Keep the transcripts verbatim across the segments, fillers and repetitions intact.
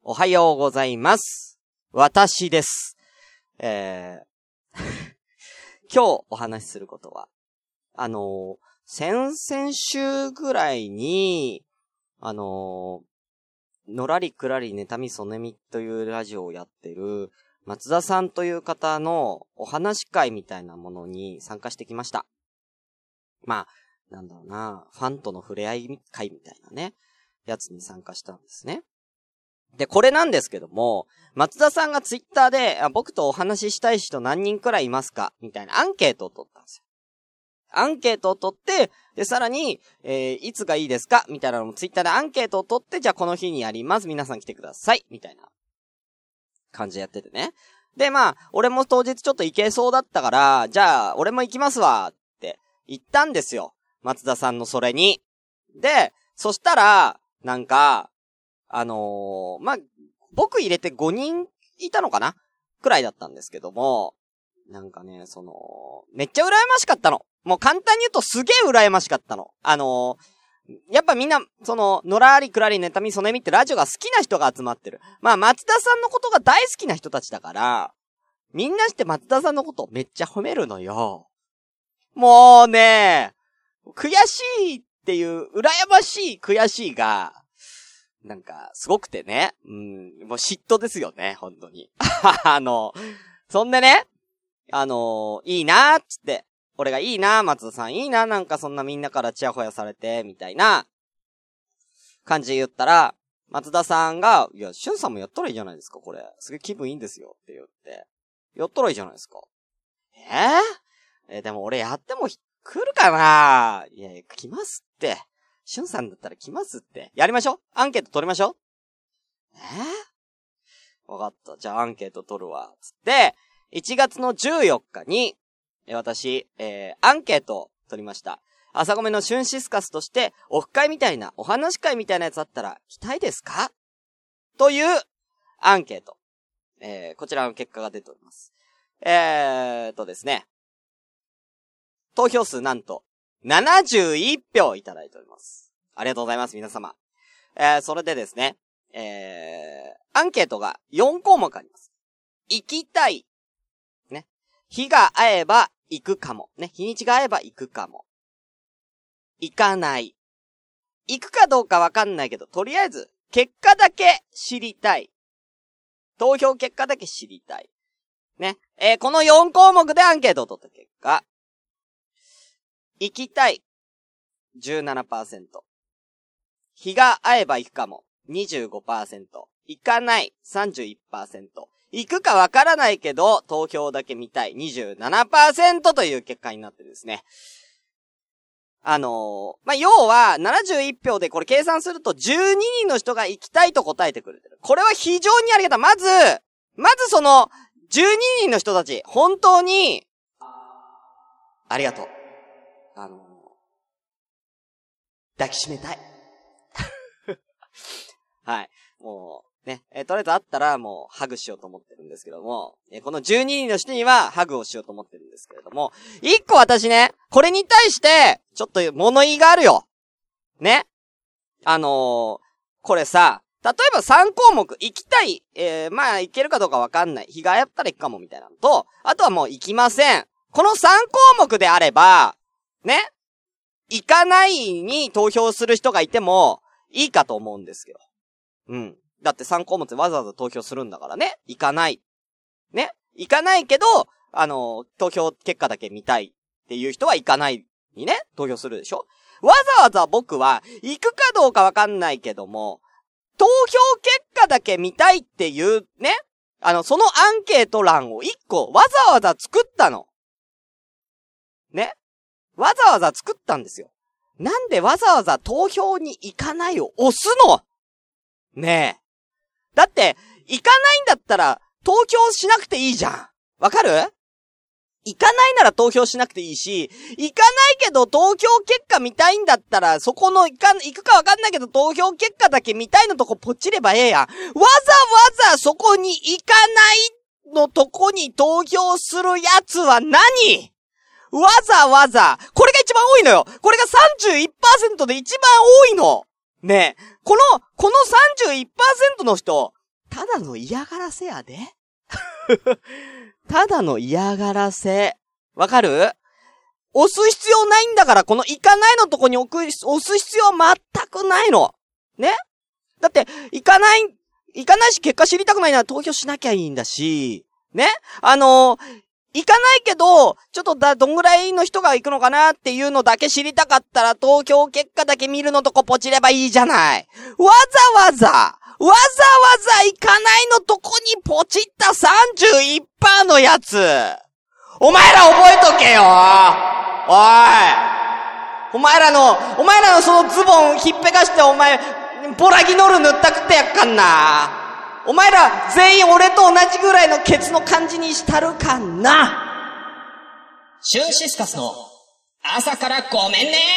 おはようございます。私です。えー、今日お話しすることは、あのー、先々週ぐらいに、あのー、のらりくらり妬みそねみというラジオをやってる松田さんという方のお話会みたいなものに参加してきました。まあ、なんだろうな、ファンとの触れ合い会みたいなね、やつに参加したんですね。で、これなんですけども、松田さんがツイッターで、僕とお話ししたい人何人くらいいますかみたいなアンケートを取ったんですよ。アンケートを取って、で、さらに、えー、いつがいいですかみたいなのもツイッターでアンケートを取って、じゃあこの日にやります。皆さん来てください。みたいな感じでやっててね。で、まあ、俺も当日ちょっと行けそうだったから、じゃあ、俺も行きますわって言ったんですよ。松田さんのそれに。で、そしたら、なんか、あのー、まあ、僕入れてごにんいたのかなくらいだったんですけども、なんかね、その、めっちゃ羨ましかったの。もう簡単に言うとすげえ羨ましかったの。あのー、やっぱみんな、その、のらりくらり妬みそねみってラジオが好きな人が集まってる。まあ、松田さんのことが大好きな人たちだから、みんなして松田さんのことをめっちゃ褒めるのよ。もうね、悔しいっていう、羨ましい悔しいが、なんか、すごくてね。うん、もう嫉妬ですよね、本当に。あの、そんでね、あの、いいなーっつって、俺がいいなー、松田さんいいなー、なんかそんなみんなからチヤホヤされて、みたいな感じで言ったら、松田さんが、いや、しゅんさんもやったらいいじゃないですか、これ。すげえ気分いいんですよ、って言って。やったらいいじゃないですか。えー、えー、でも俺やっても来るかないやいや、来ますって。しゅんさんだったら来ますって。やりましょう。アンケート取りましょう。えー、わかった。じゃあアンケート取るわ。つって、いちがつのじゅうよっかに、え私、えー、アンケートを取りました。朝ごめのシュンシスカスとして、オフ会みたいな、お話会みたいなやつあったら、来たいですかというアンケート。えー、こちらの結果が出ております。えーとですね。投票数なんと、ななじゅういちぴょういただいております。ありがとうございます、皆様。えー、それでですね、えー、アンケートがよんこうもくあります。行きたい。ね。日が合えば行くかも。ね。日にちが合えば行くかも。行かない。行くかどうかわかんないけど、とりあえず、結果だけ知りたい。投票結果だけ知りたい。ね。えー、このよんこうもくでアンケートを取った結果、行きたい じゅうななパーセント。日が合えば行くかも にじゅうごパーセント。行かない さんじゅういちパーセント。行くかわからないけど投票だけ見たい にじゅうななパーセント という結果になってですね。あのー、まあ、要はななじゅういちぴょうでこれ計算するとじゅうににんの人が行きたいと答えてくれてる。これは非常にありがたい。まず、まずそのじゅうににんの人たち、本当にありがとう。あのー、抱きしめたい。はい。もう、ね、えー、とりあえず会ったらもうハグしようと思ってるんですけども、えー、このじゅうににんの人にはハグをしようと思ってるんですけれども、一個私ね、これに対して、ちょっと物言いがあるよ。ね。あのー、これさ、例えばさんこうもく、行きたい、えー、まあ行けるかどうかわかんない。日がやったら行くかもみたいなのと、あとはもう行きません。このさんこうもくであれば、ね。行かないに投票する人がいてもいいかと思うんですけど。うん。だってさんこうもくわざわざ投票するんだからね。行かない。ね。行かないけど、あの、投票結果だけ見たいっていう人は行かないにね、投票するでしょ。わざわざ僕は行くかどうかわかんないけども、投票結果だけ見たいっていうね、あの、そのアンケート欄をいっこわざわざ作ったの。ね。わざわざ作ったんですよ。なんでわざわざ投票に行かないを押すの？ねえ。だって、行かないんだったら投票しなくていいじゃん。わかる？行かないなら投票しなくていいし、行かないけど投票結果見たいんだったら、そこの行か、行くかわかんないけど投票結果だけ見たいのとこポチればええやん。わざわざそこに行かないのとこに投票するやつは何？わざわざ、これが一番多いのよ。これが さんじゅういちパーセント で一番多いの。ねえ、この、この さんじゅういちパーセント の人、 ただの嫌がらせやで。ただの嫌がらせ。わかる？押す必要ないんだから、この行かないのとこに置く、押す必要は全くないの。ね？だって、行かない、行かないし結果知りたくないなら投票しなきゃいいんだし、ね？あのー、行かないけど、ちょっとだ、どんぐらいの人が行くのかなっていうのだけ知りたかったら投票結果だけ見るのとこポチればいいじゃない。わざわざ、わざわざ行かないのとこにポチった さんじゅういちパーセント のやつ。お前ら覚えとけよ。おい。お前らの、お前らのそのズボンひっぺかしてお前、ボラギノール塗ったくってやっかんな。お前ら全員俺と同じぐらいのケツの感じにしたるかな。 シュンシスカスの朝からごめんね。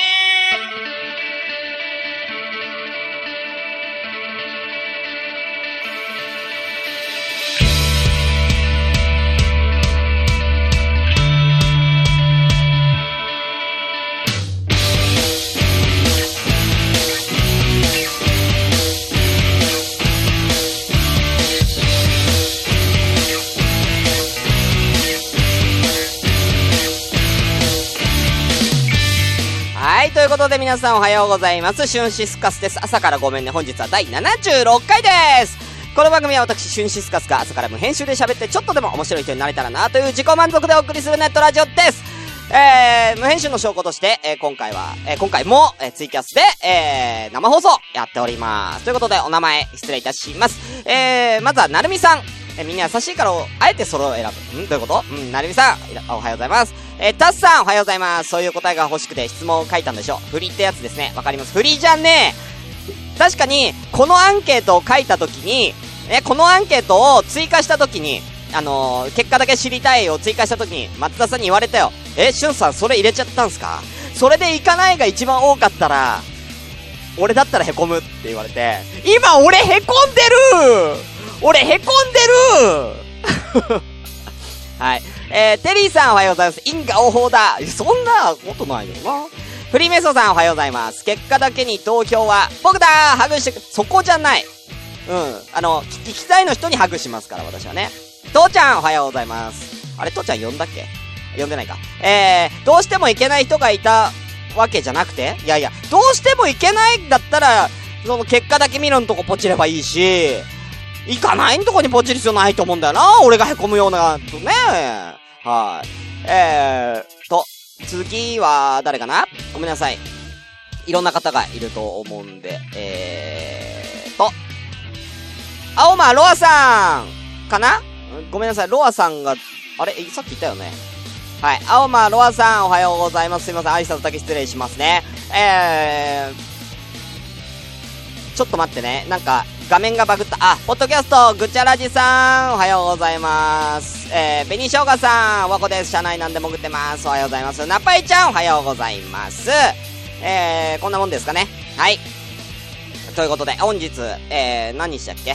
はい、ということで皆さんおはようございます。シュンシスカスです。朝からごめんね。本日はだいななじゅうろっかいです。この番組は私、シュンシスカスが朝から無編集で喋ってちょっとでも面白い人になれたらなという自己満足でお送りするネットラジオです。えー、無編集の証拠として、えー、今回は、えー、今回も、えー、ツイキャスで、えー、生放送やっております。ということでお名前失礼いたします。えー、まずはなるみさん。えー、みんな優しいからあえてそれを選ぶ。んどういうこと？うん、なるみさん、おはようございます。えー、タスさんおはようございます。そういう答えが欲しくて質問を書いたんでしょ。振りってやつですね。わかります。振りじゃねえ。確かに、このアンケートを書いたときに、え、このアンケートを追加したときに、あのー、結果だけ知りたいを追加したときに、松田さんに言われたよ。え、しゅんさんそれ入れちゃったんすか？それで行かないが一番多かったら、俺だったら凹むって言われて、今俺凹んでる俺凹んでるはい。えー、テリーさんおはようございます。因果応報だ。そんなことないよな。フリーメイソさんおはようございます。結果だけに投票は僕だーハグしてく、そこじゃない。うん。あの、聞きたいの人にハグしますから、私はね。父ちゃんおはようございます。あれ、父ちゃん呼んだっけ？呼んでないか。えー、どうしてもいけない人がいたわけじゃなくて、いやいや、どうしてもいけないんだったら、その結果だけ見るのとこポチればいいし、行かないんとこにポチる必要ないと思うんだよな。俺が凹むような、とね。はい。えーと、次は誰かな？ごめんなさい。いろんな方がいると思うんで、えーと、青間ロアさんかな？ごめんなさい。ロアさんが、あれさっき言ったよね。はい。青間ロアさんおはようございます。すいません。挨拶だけ失礼しますね。えー、ちょっと待ってね。なんか、画面がバグった。あ、ポッドキャスト、ぐちゃらじさん、おはようございます。えー、紅しょうがさん、わこです。社内なんで潜ってます。おはようございます。なぱいちゃん、おはようございます。えー、こんなもんですかね。はい。ということで、本日、えー、何日だっけ？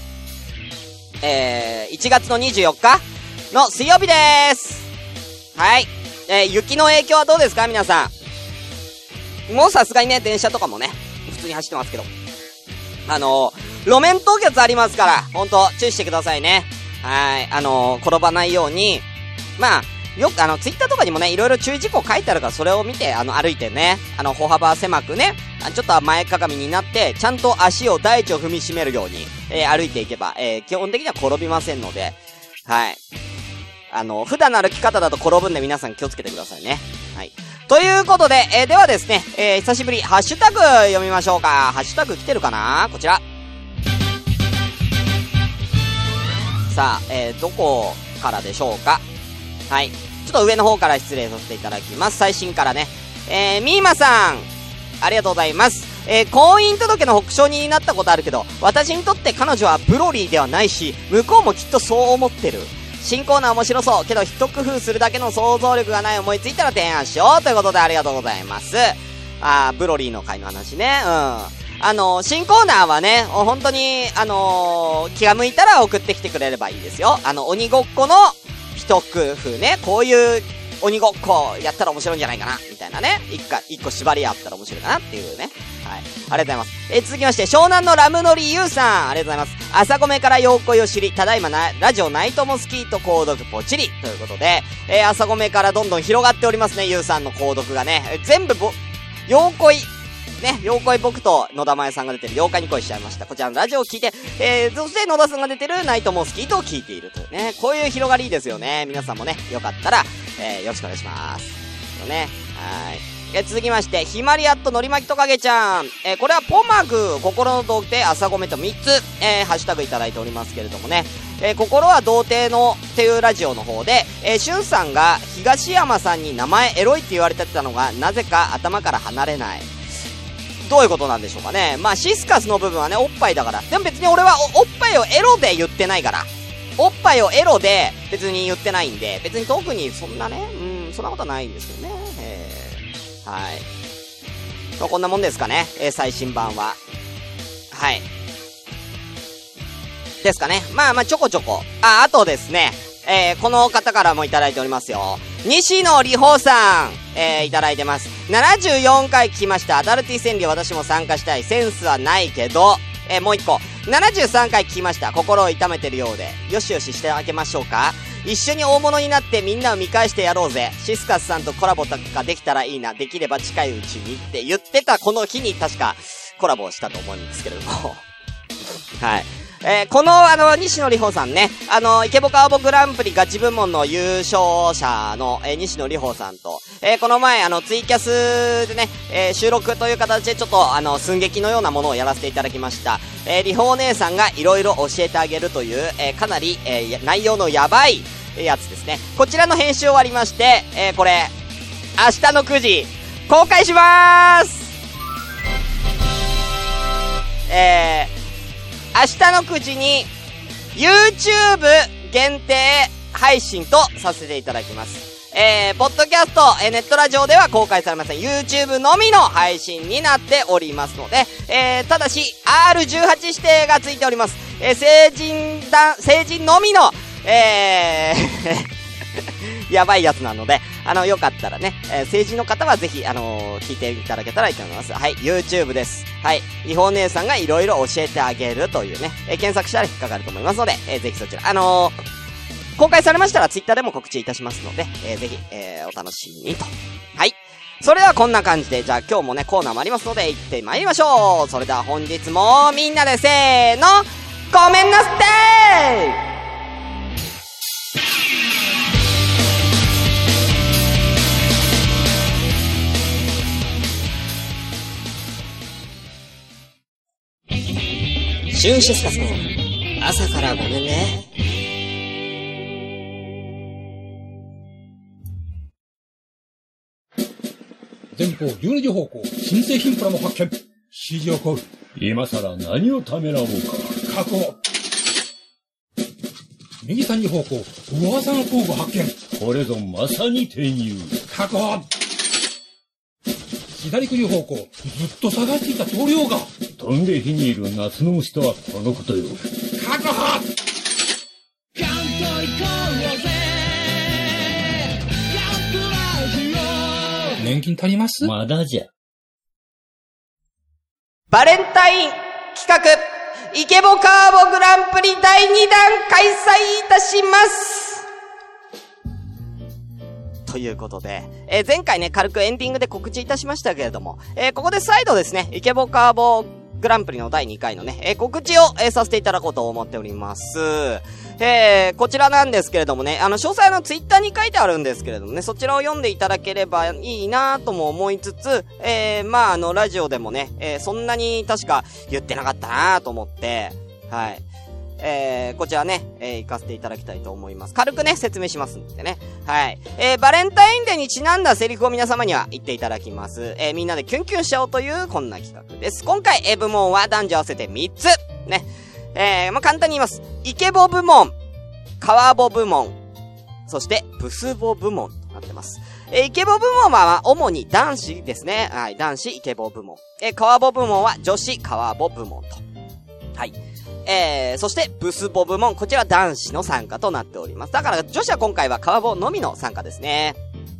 えー、いちがつのにじゅうよっかの水曜日でーす。はい。えー、雪の影響はどうですか皆さん。もうさすがにね、電車とかもね、普通に走ってますけど。あのー、路面凍結ありますから、ほんと、注意してくださいね。はい。あのー、転ばないように、まあ、よくあの、ツイッターとかにもね、いろいろ注意事項書いてあるから、それを見て、あの、歩いてね、あの、歩幅狭くね、ちょっと前かがみになって、ちゃんと足を、大地を踏みしめるように、えー、歩いていけば、えー、基本的には転びませんので、はい。あの、普段の歩き方だと転ぶんで皆さん気をつけてくださいね。はい。ということで、えー、ではですね、えー、久しぶり、ハッシュタグ読みましょうか。ハッシュタグ来てるかな？こちら。さあ、えー、どこからでしょうか。はい。ちょっと上の方から失礼させていただきます。最新からね。えー、みーまさん。ありがとうございます。えー、婚姻届の北証人になったことあるけど、私にとって彼女はブロリーではないし、向こうもきっとそう思ってる。新コーナー面白そう。けど一工夫するだけの想像力がない。思いついたら提案しよう。ということでありがとうございます。あー、ブロリーの回の話ね。うん。あのー、新コーナーはね、本当に、あのー、気が向いたら送ってきてくれればいいですよ。あの、鬼ごっこの一工夫ね。こういう鬼ごっこやったら面白いんじゃないかな、みたいなね。一回、一個縛りあったら面白いかなっていうね。はい。ありがとうございます。えー、続きまして、湘南のラムノリユウさん。ありがとうございます。朝ごめからようこいを知り、ただいまな、ラジオナイトモスキート購読ポチリ。ということで、えー、朝ごめからどんどん広がっておりますね、ユウさんの購読がね。えー、全部ぼ、ようこい、ね、妖怪僕と野田真さんが出てる妖怪に恋しちゃいました。こちらのラジオを聞いて、えー、そして野田さんが出てるナイトモスキートを聞いているというね、こういう広がりいいですよね。皆さんもね、よかったら、えー、よろしくお願いします。ね、はい。えー、続きまして、ひまりやっとのりまきとかげちゃん。えー、これはポマグ、心の童貞、朝ごめとみっつ、えー、ハッシュタグいただいておりますけれどもね、えー、心は童貞のっていうラジオの方で、えー、しゅんさんが東山さんに名前エロいって言われてたのが、なぜか頭から離れない。どういうことなんでしょうかね。まあ、シスカスの部分はね、おっぱいだから。でも別に俺は お, おっぱいをエロで言ってないから。おっぱいをエロで別に言ってないんで、別に特にそんなね、うん、そんなことはないんですけどね。えー、はい。まあ、こんなもんですかね。えー、最新版は。はい。ですかね。まあまあ、ちょこちょこ。あ、あとですね。えー、この方からもいただいておりますよ。西野里穂さん、えー、いただいてます。ななじゅうよんかい聞きました。アダルティ川柳私も参加したい。センスはないけど、えー、もう一個。ななじゅうさんかい聞きました。心を痛めてるようで。よしよししてあげましょうか。一緒に大物になってみんなを見返してやろうぜ。シスカスさんとコラボとかできたらいいな。できれば近いうちにって言ってたこの日に確かコラボをしたと思うんですけれども。はい。えー、この、あの、西野里穂さんね、あの、イケボカーボグランプリガチ部門の優勝者の、えー、西野里穂さんと、えー、この前、あの、ツイキャスでね、えー、収録という形でちょっと、あの、寸劇のようなものをやらせていただきました。えー、里穂お姉さんがいろいろ教えてあげるという、えー、かなり、えー、内容のやばいやつですね。こちらの編集終わりまして、えー、これ、明日のくじ、公開しまーす。えー、明日のくじに YouTube 限定配信とさせていただきます。えー、ポッドキャスト、えー、ネットラジオでは公開されません。YouTube のみの配信になっておりますので、えー、ただし アールじゅうはち 指定がついております。えー、成人だ、成人のみの、えー、やばいやつなので、あの、よかったらね、えー、成人の方はぜひ、あのー、聞いていただけたらいいと思います。はい、YouTube です。はい、りほう姉さんがいろいろ教えてあげるというね、えー、検索したら引っかかると思いますので、えー、ぜひそちら、あのー、公開されましたら Twitter でも告知いたしますので、えー、ぜひ、えー、お楽しみにと。はい。それではこんな感じで、じゃあ今日もね、コーナーもありますので、行ってまいりましょう。それでは本日も、みんなでせーの、ごめんなすってー。 シュンシスカスの朝からごめんね。 前方じゅうにじ方向、新製品プラも発見。指示を行う。 今さら何をためらおうか。 確保。右さんじ方向、噂の工具発見。 これぞまさに転入。 確保。左くじ方向、ずっと探していた塗料が。 飛んで火にいる夏の虫とはこのことよ。 確保。年金足ります？ まだじゃ。 バレンタイン企画、イケボカーボグランプリだいにだん開催いたします。ということで、えー、前回ね、軽くエンディングで告知いたしましたけれども、えー、ここで再度ですね、イケボカーボグランプリのだいにかいのね、えー、告知を、えー、させていただこうと思っております。えー、こちらなんですけれどもね、あの、詳細のツイッターに書いてあるんですけれどもね、そちらを読んでいただければいいなとも思いつつ、えー、まあ、あの、ラジオでもね、えー、そんなに確か言ってなかったなと思って、はい。えー、こちらね、えー、行かせていただきたいと思います。軽くね、説明しますんでね。はい。えー、バレンタインデーにちなんだセリフを皆様には言っていただきます。えー、みんなでキュンキュンしちゃおうというこんな企画です。今回、えー、部門は男女合わせてみっつ。ね。えー、まあ、簡単に言います。イケボ部門、カワボ部門、そしてブスボ部門となってます。えー、イケボ部門は主に男子ですね。はい。男子イケボ部門。えー、カワボ部門は女子カワボ部門と。はい。えー、そして、ブスボ部門、こちら男子の参加となっております。だから、女子は今回はカワボのみの参加ですね。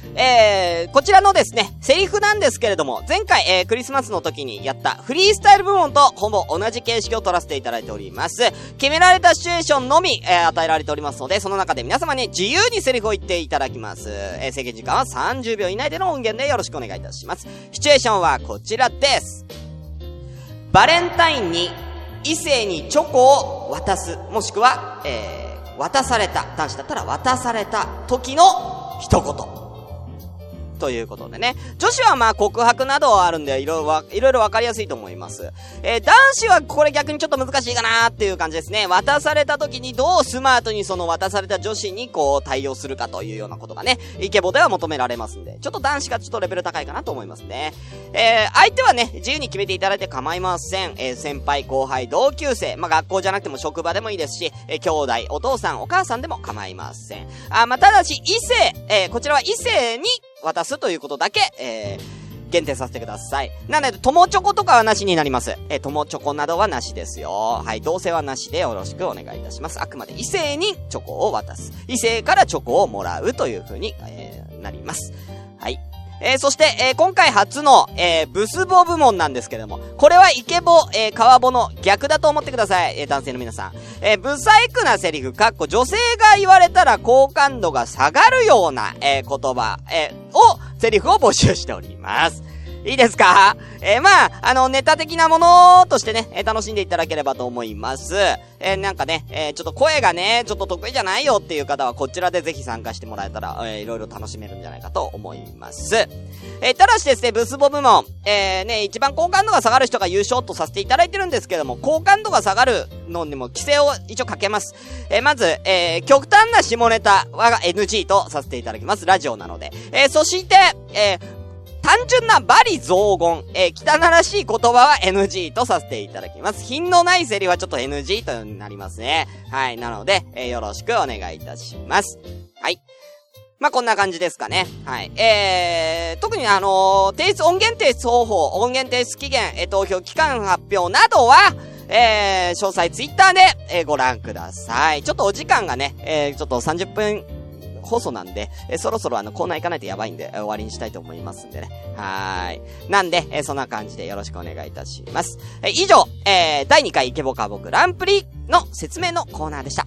えー、こちらのですね、セリフなんですけれども、前回、えー、クリスマスの時にやったフリースタイル部門とほぼ同じ形式を取らせていただいております。決められたシチュエーションのみ、えー、与えられておりますので、その中で皆様に自由にセリフを言っていただきます。えー、制限時間はさんじゅうびょう以内での音源でよろしくお願いいたします。シチュエーションはこちらです。バレンタインに異性にチョコを渡す、もしくは、えー、渡された、男子だったら渡された時の一言。ということでね。女子はまあ告白などはあるんで、いろいろわ、いろいろわかりやすいと思います。えー、男子はこれ逆にちょっと難しいかなーっていう感じですね。渡された時にどうスマートにその渡された女子にこう対応するかというようなことがね、イケボでは求められますんで、ちょっと男子がちょっとレベル高いかなと思いますね。えー、相手はね、自由に決めていただいて構いません。えー、先輩、後輩、同級生、まあ学校じゃなくても職場でもいいですし、えー、兄弟、お父さん、お母さんでも構いません。あ、まあただし異性、えー、こちらは異性に渡すということだけ、えー、限定させてください。なので、友チョコとかはなしになります。えー、友チョコなどはなしですよ。はい、同性はなしでよろしくお願いいたします。あくまで異性にチョコを渡す。異性からチョコをもらうという風に、えー、なります。はい。えー、そして、えー、今回初の、えー、ブスボ部門なんですけども、これはイケボ、えー、カワボの逆だと思ってください。えー、男性の皆さん。えー、ブサイクなセリフ、かっこ女性が言われたら好感度が下がるような、えー、言葉、えー、を、セリフを募集しております。いいですか？えー、まあ、あの、ネタ的なものとしてね、えー、楽しんでいただければと思います。えー、なんかね、えー、ちょっと声がね、ちょっと得意じゃないよっていう方は、こちらでぜひ参加してもらえたら、えー、いろいろ楽しめるんじゃないかと思います。えー、ただしですね、ブスボ部門、えー、ね、一番好感度が下がる人が優勝とさせていただいてるんですけども、好感度が下がるのにも規制を一応かけます。えー、まず、えー、極端な下ネタは エヌジー とさせていただきます。ラジオなので。えー、そして、えー、単純な罵詈雑言、えー、汚らしい言葉は エヌジー とさせていただきます。品のないセリはちょっと エヌジー となりますね。はい。なので、えー、よろしくお願いいたします。はい。まあ、こんな感じですかね。はい。えー、特にあのー、提出、音源提出方法、音源提出期限、えー、投票期間発表などは、えー、詳細ツイッターで、えー、ご覧ください。ちょっとお時間がね、えー、ちょっとさんじゅっぷん、放送なんで、えー、そろそろあのコーナー行かないとやばいんで、えー、終わりにしたいと思いますんでね。はーい。なんで、えー、そんな感じでよろしくお願いいたします。えー、以上、えー、だいにかいイケボカボグランプリの説明のコーナーでした。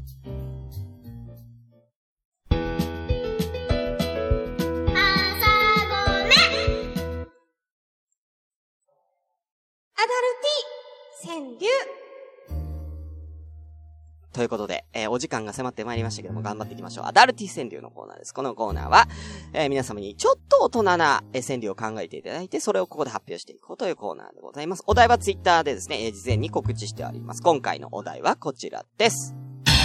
アダルティ川柳ということで、えー、お時間が迫ってまいりましたけども、頑張っていきましょう。アダルティ川柳のコーナーです。このコーナーは、えー、皆様にちょっと大人な、えー、川柳を考えていただいて、それをここで発表していこうというコーナーでございます。お題はツイッターでですね、えー、事前に告知してあります。今回のお題はこちらです。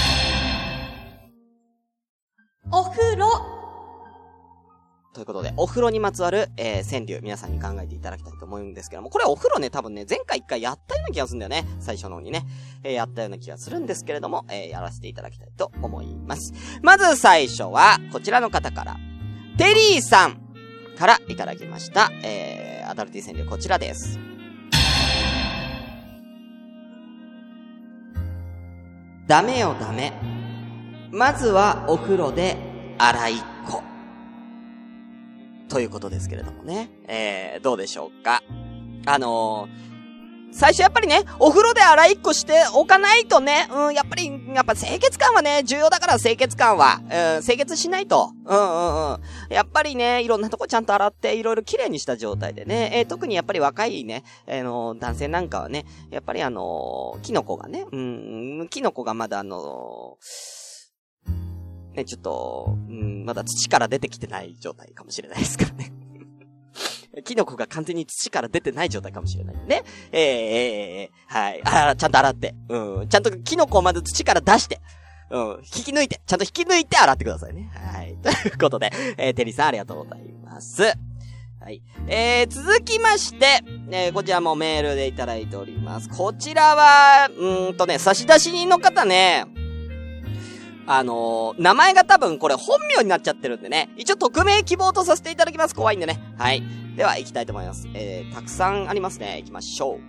お風呂ということで、お風呂にまつわる、えー、川柳、皆さんに考えていただきたいと思うんですけども、これお風呂ね、多分ね、前回一回やったような気がするんだよね。最初の方にね。えー、やったような気がするんですけれども、えー、やらせていただきたいと思います。まず最初は、こちらの方から、テリーさんからいただきました。えー、アダルティ川柳こちらです。ダメよダメ。まずはお風呂で洗いっこ。ということですけれどもね。えー、どうでしょうか。あのー、最初やっぱりね、お風呂で洗いっこしておかないとね、うん、やっぱり、やっぱ清潔感はね、重要だから清潔感は、うん、清潔しないと。うんうんうん。やっぱりね、いろんなとこちゃんと洗って、いろいろ綺麗にした状態でね、えー、特にやっぱり若いね、あのー、男性なんかはね、やっぱりあのー、キノコがね、うん、キノコがまだあのー、ね、ちょっと、うん、まだ土から出てきてない状態かもしれないですからね。キノコが完全に土から出てない状態かもしれないね。えー、えー、はい。あ、ちゃんと洗って。うん。ちゃんとキノコをまず土から出して。うん。引き抜いて。ちゃんと引き抜いて洗ってくださいね。はい。ということで、えー、テリーさんありがとうございます。はい。えー、続きまして、えー、こちらもメールでいただいております。こちらは、うーんとね、差出人の方ね、あのー、名前が多分これ本名になっちゃってるんでね。一応匿名希望とさせていただきます。怖いんでね。はい。では行きたいと思います。えー、たくさんありますね。行きましょう。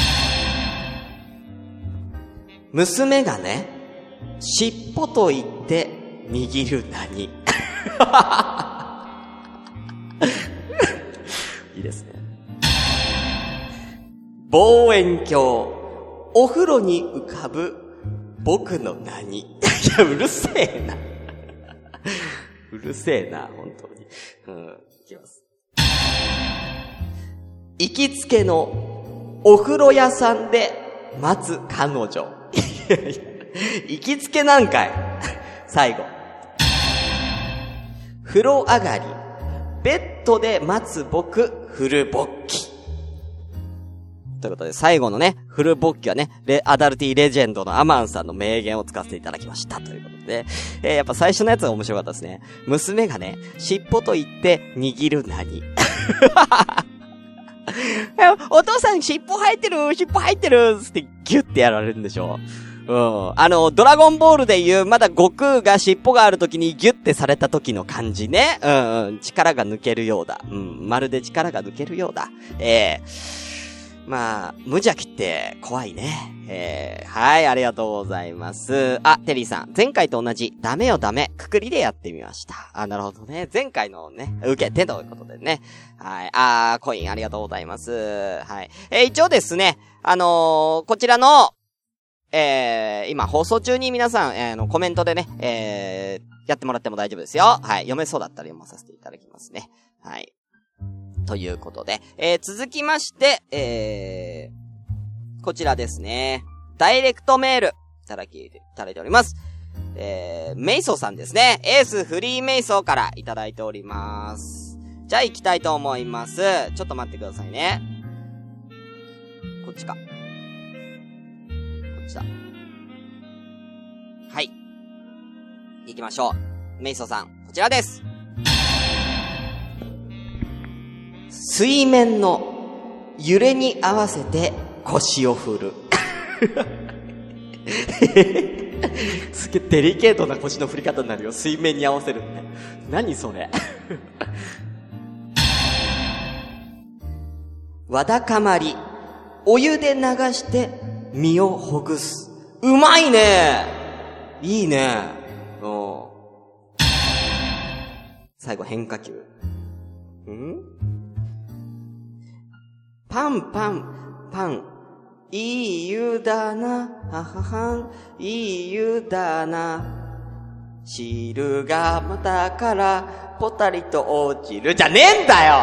娘がね、尻尾と言って握る何いいですね。望遠鏡、お風呂に浮かぶ僕の何。いや、うるせえな。うるせえな、本当に。うん、いきます。行きつけのお風呂屋さんで待つ彼女。行きつけなんかい。最後。風呂上がり、ベッドで待つ僕、フル勃起。ということで、最後のね、フル勃起はね、レアダルティレジェンドのアマンさんの名言を使わせていただきました。ということで、えー、やっぱ最初のやつが面白かったですね。娘がね、尻尾と言って握る何。お父さん尻尾生えてる尻尾生えてるってギュッてやられるんでしょ。うん。あの、ドラゴンボールでいう、まだ悟空が尻尾がある時にギュッてされた時の感じね。うん、うん。力が抜けるようだ。うん。まるで力が抜けるようだ。えー。まあ、無邪気って怖いね。えー、はい、ありがとうございます。あ、テリーさん。前回と同じ、ダメよダメ、くくりでやってみました。あ、なるほどね。前回のね、受けてということでね。はい。あー、コインありがとうございます。はい。えー、一応ですね、あのー、こちらの、えー、今放送中に皆さん、えー、のコメントでね、えー、やってもらっても大丈夫ですよ。はい。読めそうだったら読まさせていただきますね。はい。ということで、えー、続きまして、えー、こちらですね。ダイレクトメール、いただき、いただいております。えー、メイソーさんですね。エースフリーメイソーからいただいております。じゃあ行きたいと思います。ちょっと待ってくださいね。こっちか。こっちだ。はい。行きましょう。メイソーさん、こちらです。水面の揺れに合わせて腰を振る。すげえデリケートな腰の振り方になるよ。水面に合わせるって。何それ。わだかまり、お湯で流して身をほぐす。うまいね。いいね。うん。最後変化球。ん？パンパン、パン。いい湯だな、はははん。いい湯だな。汁がまたからポタリと落ちる。じゃねえんだよ。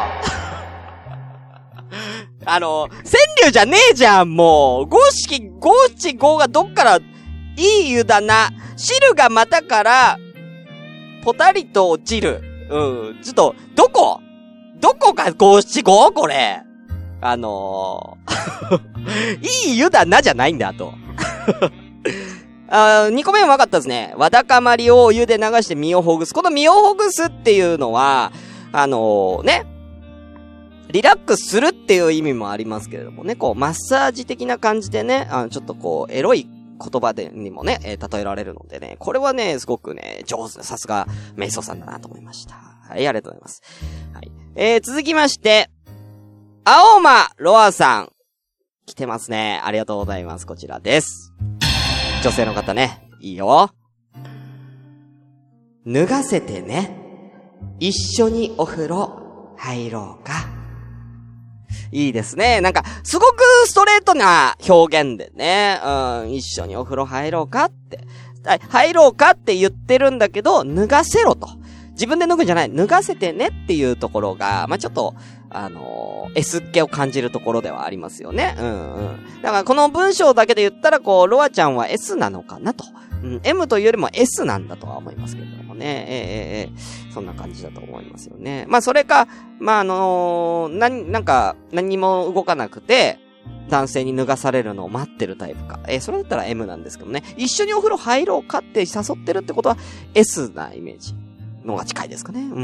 あの、川柳じゃねえじゃん、もう。五七、五七五がどっから、いい湯だな。汁がまたからポタリと落ちる。うん。ちょっと、どこどこが五七五これ。あのー、いい湯だなじゃないんだ、あと。あにこめも分かったですね。わだかまりをお湯で流して身をほぐす。この身をほぐすっていうのは、あのー、ね、リラックスするっていう意味もありますけれどもね、こう、マッサージ的な感じでね、あの、ちょっとこう、エロい言葉でにもね、えー、例えられるのでね、これはね、すごくね、上手な、さすが、メイソーさんだなと思いました。はい、ありがとうございます。はい。えー、続きまして、青間ロアさん。来てますね。ありがとうございます。こちらです。女性の方ね。いいよ。脱がせてね。一緒にお風呂入ろうか。いいですね。なんか、すごくストレートな表現でね。うん、一緒にお風呂入ろうかって。入ろうかって言ってるんだけど、脱がせろと。自分で脱ぐんじゃない。脱がせてねっていうところが、まあ、ちょっと、あのー、S っ気を感じるところではありますよね。うんうん。だからこの文章だけで言ったら、こう、ロアちゃんは S なのかなと。うん、M というよりも S なんだとは思いますけれどもね。えー、えー、えー、そんな感じだと思いますよね。まあ、それか、まあ、あのー、な、なんか、何にも動かなくて、男性に脱がされるのを待ってるタイプか。えー、それだったら M なんですけどね。一緒にお風呂入ろうかって誘ってるってことは S なイメージのが近いですかね。うん。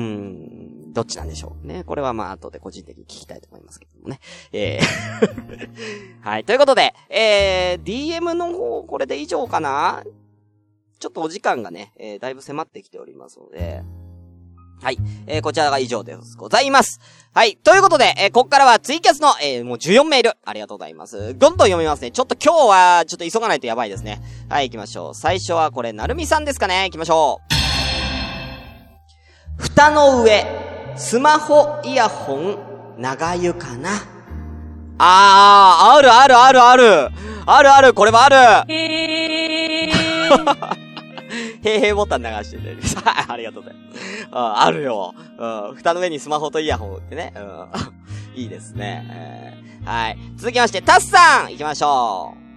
どっちなんでしょうね。これはまあ後で個人的に聞きたいと思いますけどもね。えーはい。ということで、えー、ディーエム の方、これで以上かな？ちょっとお時間がね、えー、だいぶ迫ってきておりますので、はい。えー、こちらが以上でございます。はい。ということで、えー、こっからはツイキャスの、えー、もうじゅうよんメール。ありがとうございます。どんどん読みますね。ちょっと今日は、ちょっと急がないとやばいですね。はい、行きましょう。最初はこれ、なるみさんですかね。行きましょう。蓋の上、スマホ、イヤホン、 長湯かな。あー、あるあるあるある。あるある、これはある。へーへーボタン流してる。ありがとうございます。あ, あるよ、うん。蓋の上にスマホとイヤホンってね。うん、いいですね、えー。はい。続きまして、タスさん行きましょう。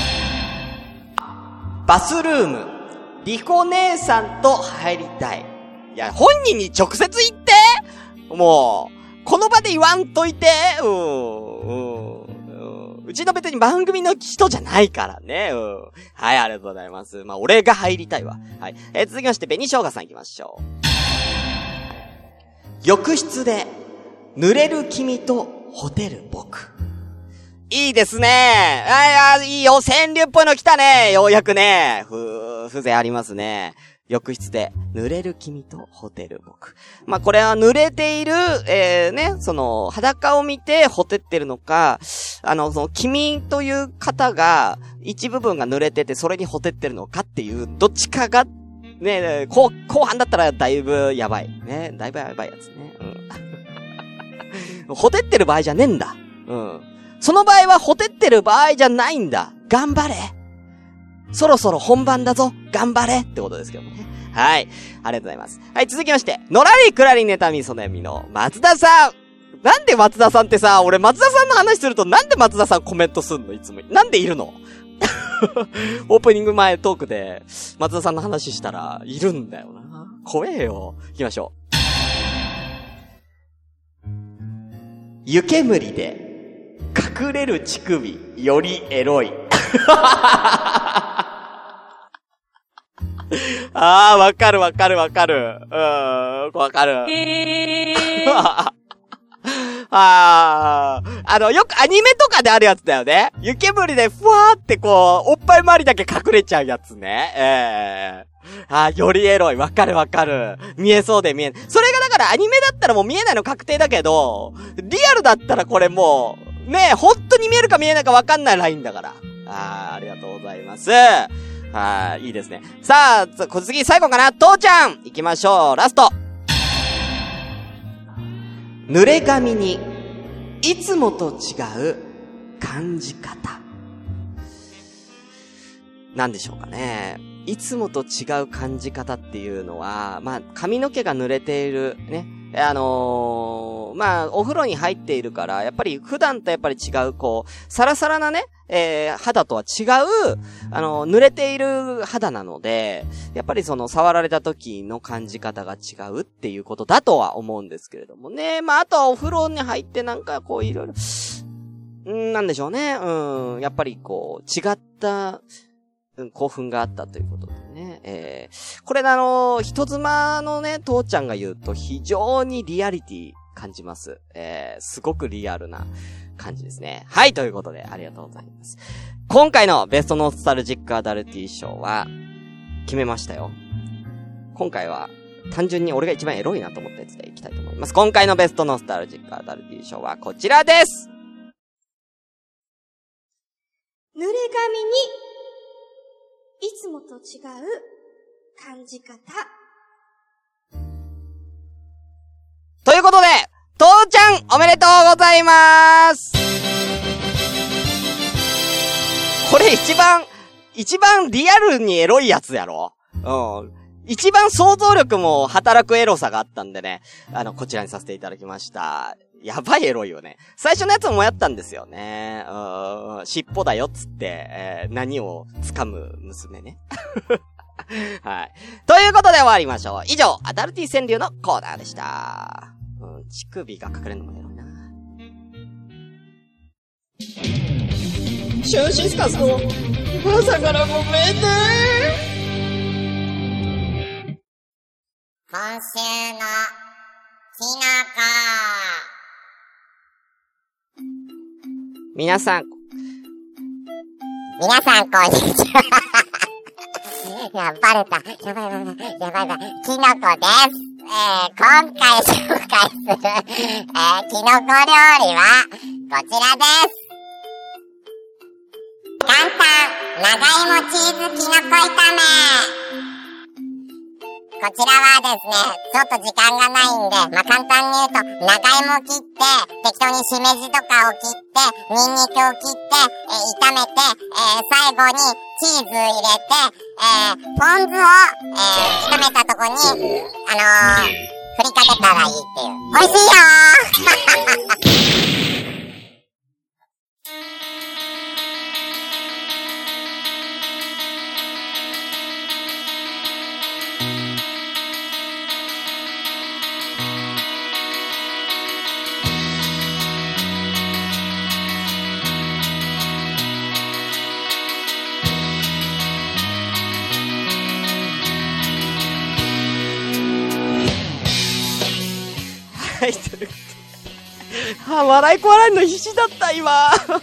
バスルーム。リコ姉さんと入りたい。いや、本人に直接言ってもう、この場で言わんといてうん、うん。うちの別に番組の人じゃないからね。うん。はい、ありがとうございます。まあ、俺が入りたいわ。はい。えー、続きまして、紅生姜さん行きましょう。浴室で、濡れる君とホテル僕。いいですね。ああ、いいよ。川柳っぽいの来たね。ようやくね。ふ、風情ありますね。浴室で、濡れる君とホテル僕。まあ、これは濡れている、えー、ね、その、裸を見てほてってるのか、あの、その、君という方が、一部分が濡れてて、それにほてってるのかっていう、どっちかが、ね、後、後半だったらだいぶやばい。ね、だいぶやばいやつね。うん。ほてってる場合じゃねえんだ。うん。その場合はほてってる場合じゃないんだ。頑張れ。そろそろ本番だぞ。頑張れってことですけどもね。はい。ありがとうございます。はい、続きまして、のらりくらりネタみそねみの松田さん。なんで松田さんってさ、俺松田さんの話するとなんで松田さんコメントすんのいつも。なんでいるのオープニング前トークで松田さんの話したらいるんだよな。怖えよ。行きましょう。湯煙で隠れる乳首よりエロい。あー、わかるわかるわかる。うーん、わかる。あー、あの、よくアニメとかであるやつだよね。湯煙でふわーってこう、おっぱい周りだけ隠れちゃうやつね。えー。あー、よりエロい。わかるわかる。見えそうで見えない。それがだからアニメだったらもう見えないの確定だけど、リアルだったらこれもう、ねえ、本当に見えるか見えないかわかんないラインだから。あー、ありがとうございます。はい、いいですね。さあ、次最後かな。父ちゃん行きましょう。ラスト。濡れ髪に、いつもと違う感じ方。なんでしょうかね。いつもと違う感じ方っていうのは、まあ、髪の毛が濡れている、ね。あのー、まあ、お風呂に入っているから、やっぱり普段とやっぱり違う、こう、サラサラなね、えー、肌とは違う、あのー、濡れている肌なので、やっぱりその、触られた時の感じ方が違うっていうことだとは思うんですけれどもね。まあ、あとはお風呂に入ってなんかこう、いろいろ、んなんでしょうね。うん、やっぱりこう、違った、うん、興奮があったということでね。えー、これあのー、人妻のね、父ちゃんが言うと非常にリアリティ感じます。えー、すごくリアルな感じですね。はい、ということでありがとうございます。今回のベストノスタルジックアダルティ賞は、決めましたよ。今回は、単純に俺が一番エロいなと思ったやつでいきたいと思います。今回のベストノスタルジックアダルティ賞はこちらです。 濡れ髪に、いつもと違う感じ方。 ということで、父ちゃんおめでとうございます。これ一番、一番リアルにエロいやつやろ。うん。一番想像力も働くエロさがあったんでね、あの、こちらにさせていただきました。やばいエロいよね。最初のやつもやったんですよね。うん、尻尾だよっつって、えー、何を掴む娘ね。はい。ということで終わりましょう。以上、アダルティ川柳のコーナーでした。うん、乳首が隠れるのもエロいな。シュンシスカスの朝からごめんね。 今週のきのこ。 皆さん、 皆さんこんにちは。や、バレた。やばいやばいやばいやばいやばい。きのこです。えー、今回紹介する、えー、きのこ料理は、こちらです。簡単、長芋チーズきのこ炒め。 こちらはですね、ちょっと時間がないんで、まあ、簡単に言うと、長芋を切って、適当にしめじとかを切って、ニンニクを切って、えー、炒めて、えー、最後にチーズ入れて、えー、ポン酢を、えー、炒めたとこに、あのー、振りかけたらいいっていう。美味しいよーはい、ということで。はあ、笑いこらえるの必死だった、今。はい、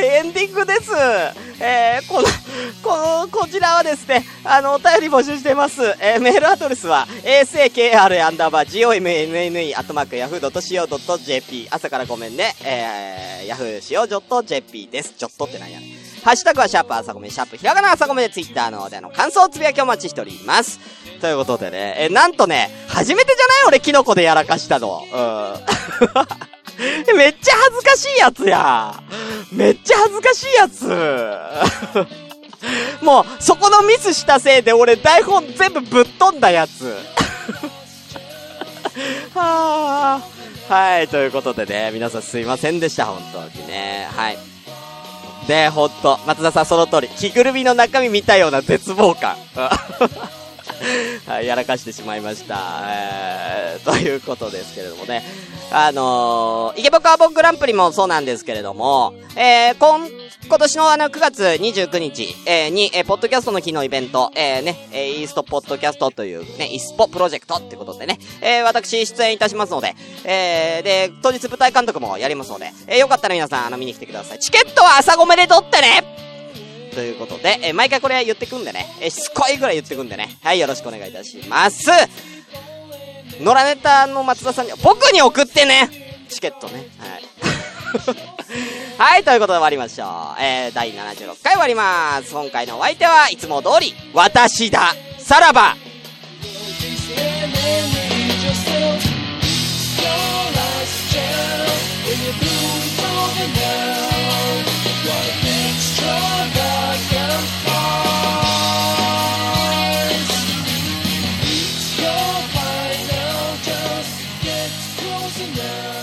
エンディングです。えー、この、この、こちらはですね、あの、お便り募集してます。えー、メールアドレスは、エーセーケーアール アンダーバー ジーオーエムエヌエヌイー アットマーク ヤフー ドット シーオー ドット ジェーピー。朝からごめんね。えー、ヤフー シーオー ドット ジェーピー です。ジョットってなんや。ハッシュタグはシャープ朝ごめん、シャープひらがな朝ごめんでツイッターの方での感想つぶやきお待ちしております。ということでね、え、なんとね、初めてじゃない俺キノコでやらかしたの。うん。めっちゃ恥ずかしいやつや。めっちゃ恥ずかしいやつ。もう、そこのミスしたせいで俺台本全部ぶっ飛んだやつ。はぁ。はい、ということでね、皆さんすいませんでした、本当にね。はい。で、ほんと、松田さんその通り、着ぐるみの中身見たような絶望感。はい、やらかしてしまいました。えー、ということですけれどもね。あのー、イケボカーボングランプリもそうなんですけれども、えー、今、今年のあのくがつにじゅうくにち、えー、に、えー、ポッドキャストの日のイベント、えー、ね、えー、イーストポッドキャストというね、イスポプロジェクトってことでね、えー、私出演いたしますので、えー、で、当日舞台監督もやりますので、えー、よかったら皆さん、あの、見に来てください。チケットは朝ごめで取ってねということで、えー、毎回これ言ってくんでね、えー、しつこいぐらい言ってくんでね、はい、よろしくお願いいたします。野良ネタの松田さんに、僕に送ってねチケットね。はい。はい、ということで終わりましょう。えー、だいななじゅうろっかい終わります。今回のお相手はいつも通り、私だ。さらば Close enough.